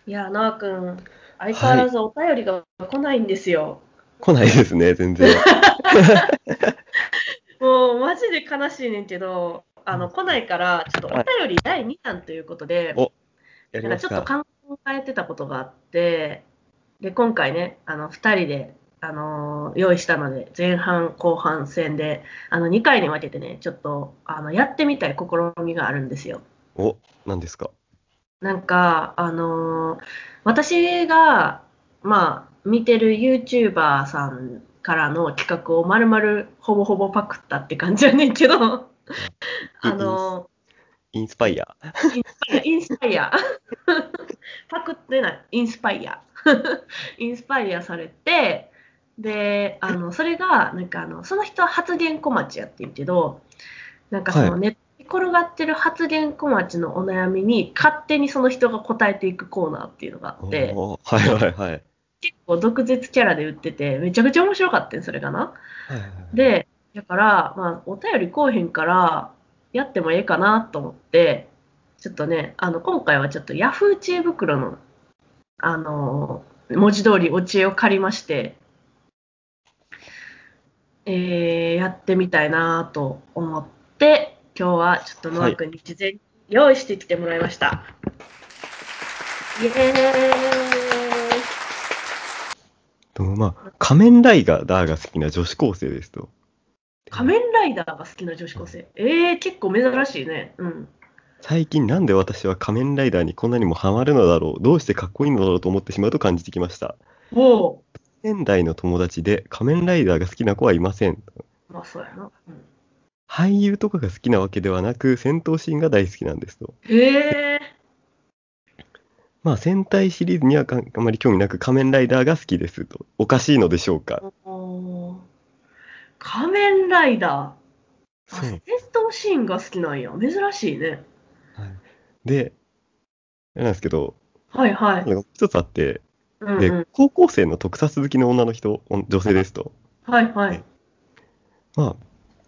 いや、なあくん、相変わはい。 らずお便りが来ないんですよ。 来ないですね、全然。 もう、マジで悲しいねんけど、来なそうですか。 いから、ちょっとおはい。 便り第2弾ということで、 お、やりなんかますか。 ちょっと考えてたことがあって、で、今回ね、2人で、用意したので、前半後半戦で、2回に分けてね、ちょっと、やってみたい試みがあるんですよ。 お、何ですか。 なんか、私が、まあ、見てる YouTuber さんからの企画を丸々ほぼほぼパクったって感じやねんけど、 あイあインス、 の、 インスパイア。 インスパイア、パクってない、インスパイア。インスパイアされて、で、それが、なんかその人は発言小町やってんけど、なんかそはい。 のネットに転がってる発言小町のお悩みに勝手にその人が答えていくコーナーっていうのがあって、 おー、はいはいはい。 結構毒舌キャラで売ってて、めちゃくちゃ面白かったんそれがな。 はいはいはい。 で、だから、まあ、お便り来おへんから、やってもええかなと思って、ちょっとね、今回はちょっとヤフー知恵袋の、文字通りお知恵を借りまして、やってみたいなと思って、今日はちょっとノはい。 ア君に事前に用意してきてもらいました。イエーイ。 まあ、仮面ライダーが好きな女子高生ですと。で、 仮面ライダーが好きな女子高生。結構珍しいね。うん。 最近なんで私は仮面ライダーにこんなにもハマるのだろう、どうしてかっこいいのだろうと思ってしまうと感じてきました。 おう。 仙台の友達で仮面ライダーが好きな子はいません。 まあそうやな。うん、 俳優とかが好きなわけではなく、戦闘シーンが大好きなんですと。 へえ。 まあ、戦隊シリーズにはあまり興味なく、仮面ライダーが好きですと。おかしいのでしょうか。 おー、仮面ライダー。あ、戦そうなんです。 闘シーンが好きなんや。珍しいね。 はい。で、あれなんですけど、 はいはい。 もう一つあって、で、 うんうん。 高校生の特撮好きの女の人、女性ですと。 はいはい。 で、まあ、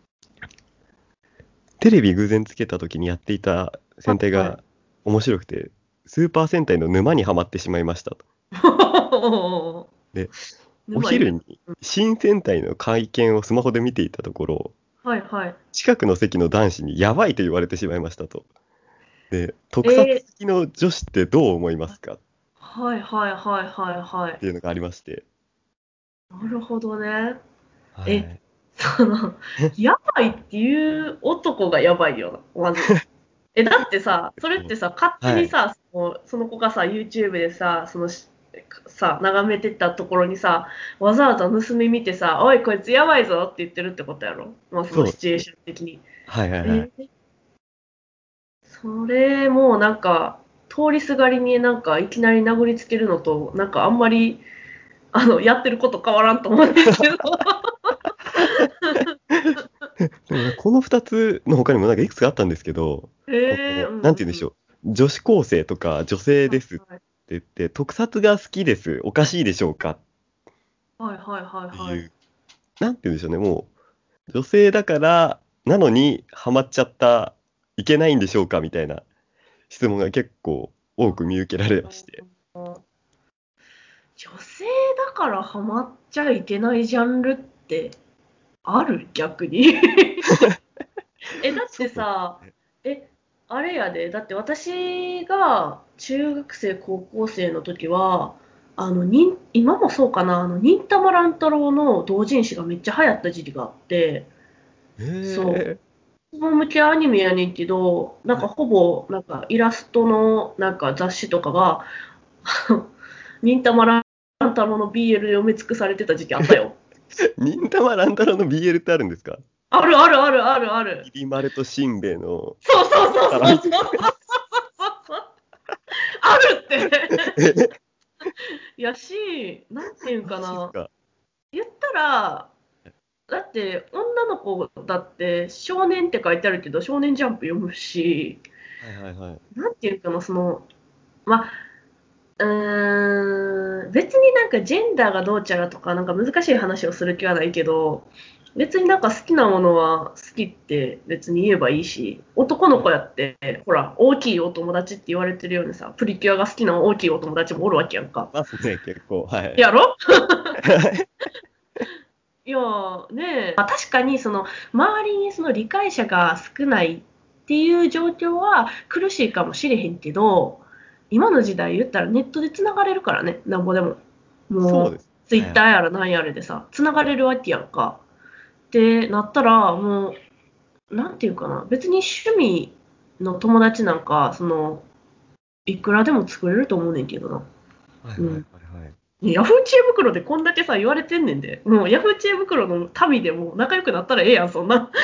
テレビ偶然つけた時にやっていた戦隊はい。 が面白くて、スーパー戦隊の沼にはまってしまいましたと。で、お沼いる。 昼に新戦隊の会見をスマホで見ていたところ、 はいはい。 近くの席の男子にやばいと言われてしまいましたと。で、特撮好えきの女子ってどう思いますかっはいはいはいはいはい。 ていうのがありまして。 なるほどね。え、 はい。 その、やばいっていう男がやばいよな、まず。だってさ、それってさ、勝手はい。 にさ、その子がさ、YouTube でさ、眺めてたところにさ、わざわざ盗み見てさ、おい、こいつやばいぞって言ってるってことやろ。まあ、そのそうですね。 シチュエーション的に。 はいはいはい。 えそれもうなんか、通りすがりになんかいきなり殴りつけるのと、なんかあんまり、やってること変わらんと思うんですけど。 でもね、この2つの他にもなんかいくつかあったんですけど、 うんなんて言うんでうん。 しょう。女子高生とか女性ですってはい言って、特撮が好きです。おかしいでしょうかっはいはいはいはい。 ていう、なんて言うんでしょうね。もう、女性だから、なのにハマっちゃった、いけないんでしょうかみたいな質問が結構多く見受けられまして。 女性だからハマっちゃいけないジャンルってある逆に。だっそうですてさ、 ね。 え、あれやで、だって私が中学生、高校生の時は、今もそうかな、忍たま乱太郎の同人誌がめっちゃ流行った時期があって、そえう、子供向けアニメやねんけど、なんかはい。 ほぼ、なんかイラストのなんか雑誌とかが、忍たま乱太郎の BL で埋め尽くされてた時期あったよ。 忍たま乱太郎の BL ってあるんですか？ あるあるあるあるある。 きり丸としんべヱのそうそうそうそうそう絡み。 そう。あるって。 え、 やし、なんていうんマかな。 ジっすか？ 言ったら、だって女の子だって少年って書いてあるけど、少年ジャンプ読むし、 はいはいはい。 なんていうかな、まあ、別になんかジェンダーがどうちゃらとか、なんか難しい話をする気はないけど、 別になんか好きなものは好きって別に言えばいいし、男の子やって、ほら、大きいお友達って言われてるようにさ、プリキュアが好きな大きいお友達もおるわけやんか。 ますね、結構。はい。 やろいやーねえ、まあ、確かにその周りにその理解者が少ないっていう状況は苦しいかもしれへんけど、今の時代言ったらネットでつながれるからね、なんぼでも。もう、 そうです。 ツイッターやらなんやらでさ、つながれるわけやんか。ってなったら、もう、なんていうかな、別に趣味の友達なんか、いくらでも作れると思うねんけどな。 はいはいはいはい。 ヤフー知恵袋でこんだけさ言われてんねんで、もうヤフー知恵袋の民でも仲良くなったらええやん、そんな。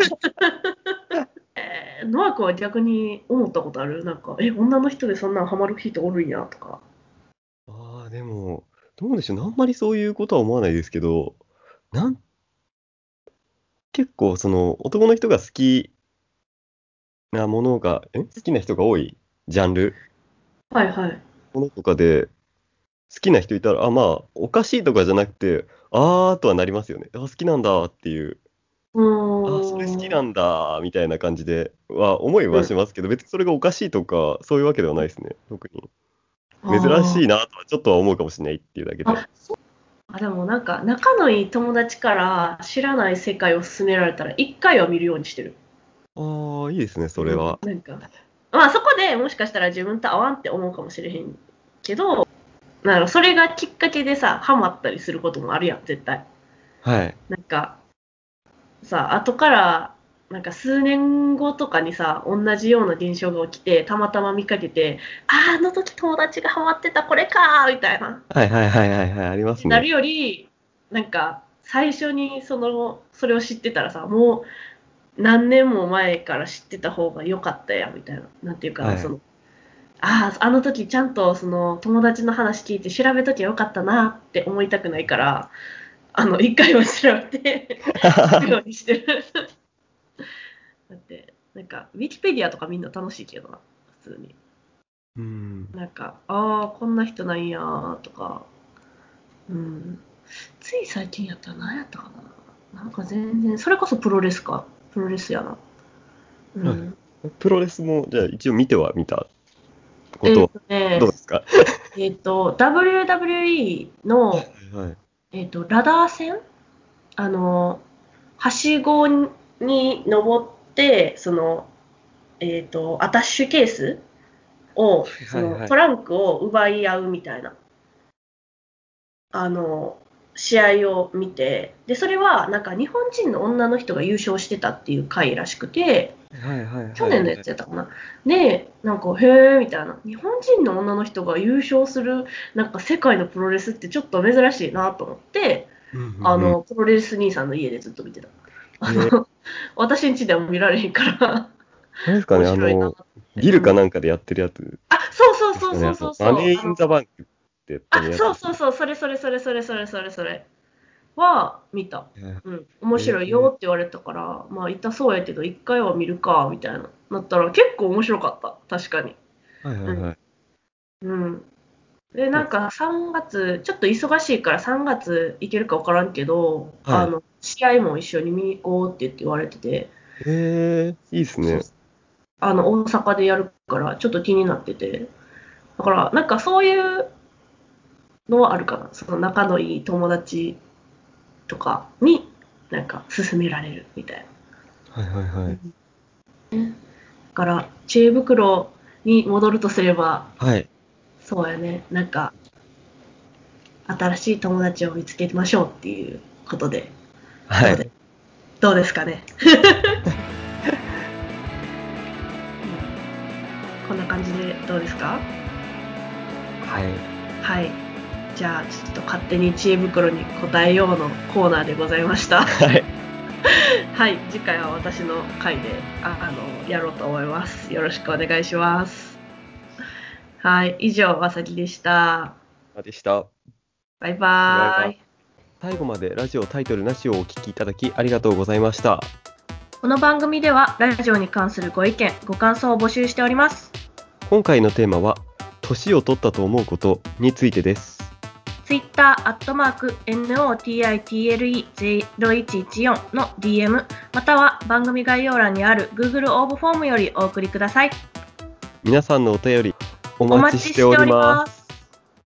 ノア君は逆に思ったことある？なんか、女の人でそんなんハマる人おるんやとか。 ああ、でも、どうでしょう。あんまりそういうことは思わないですけど、なん結構その男の人が好きなものが、好きな人が多いジャンルはいはい。 ものとかで、好きな人いたら、まあ、おかしいとかじゃなくて、あーとはなりますよね。好きなんだっていう、 うそれ好きーん。 なんだみたいな感じでは思いはしますけど、別にそれがおかしいとか、そういうわけではないですね。特に。珍しいなとはちょっとは思うかもしれないっていうだけで。 そう。でもなんか、仲のいい友達から知らない世界を勧められたら、一回は見るようにしてる。 いいですね、それは。 なんか、まあそこでもしかしたら自分と合わんって思うかもしれへんけど、なんかそれがきっかけでさ、ハマったりすることもあるやん、絶対。 はい。 なんか、さ、後から、なんか数年後とかにさ、同じような現象が起きて、たまたま見かけて、あの時友達がハマってた、これかーみたいな。 はいはいはいはいはい、ありますね。 なるより、なんか、最初にそれを知ってたらさ、もう何年も前から知ってた方が良かったや、みたいな。なんていうかな、 はい。 あの時ちゃんとその友達の話聞いて調べときゃよかったなって思いたくないから、一回は調べて聞くようにしてる。だって、なんか、ウィキペディアとかみんな楽しいけどな、普通に。 うん。 なんか、こんな人なんやーとか、うん。つい最近やったら何やったかな。なんか全然、それこそプロレスか。プロレスやな。うはい。 ん。 プロレスも、じゃあ一応見ては見たことはどうですか？ WWE の、 はい。 ラダー戦はしごに登って、アタッシュケースを、 はいはい。 トランクを奪い合うみたいな、あの、試合を見て、で、それは、なんか日本人の女の人が優勝してたっていう回らしくて、 はいはいはい去年のやはい。 つやったかな。で、なんか、へーみたいな。日本人の女の人が優勝する、なんか世界のプロレスってちょっと珍しいなと思って、 うんうんうん。 プロレス兄さんの家でずっと見てた。 えー、 私ん家では見られへんからあれですかね、 面白いなって。 ビルかうん。 なんかでやってるやつそうそうですかね。 そうそうそうマネそう。 ーインザバンクって多分やつですね。 そうそうそう、それは見た。うん。面え白いよー、 って言われたから、まあ、痛そうやけど、一回は見るか、みたいな。なったら、結構面白かった。確かに。 はいはうん。 いはい。 うん。で、 そうです。 なんか3月、ちょっと忙しいから3月行けるか分からんけど、 はい。 試合も一緒に見に行こうって言われてて、 いいですそう、 ね。 大阪でやるから、ちょっと気になってて。だから、なんかそういうのはあるかな。その仲のいい友達とかに、なんか勧められるみたいはいはいはな。 い。 だから、知恵袋に戻るとすれば、 はい。 そうやね、なんか、新しい友達を見つけましょうっていうことで、 はい。 どうでどうですかね。こんな感じでどうですか？ はい。 はい。じゃあ、ちょっと勝手に知恵袋に答えようのコーナーでございました。 はい。 はい、次回は私の回でやろうと思います。よろしくお願いします。はい、以上、わさぎでした。 でした。 バイバイバイ。 バーイ。 最後までラジオタイトルなしをお聞きいただきありがとうございました。 この番組ではラジオに関するご意見、ご感想を募集しております。 今回のテーマは、年を取ったと思うことについてです。 Twitter @NOTITLE0114 の DM または番組概要欄にある Google 応募フォームよりお送りください。 皆さんのお便りおお待ちし待ちしてておりおります。 ます。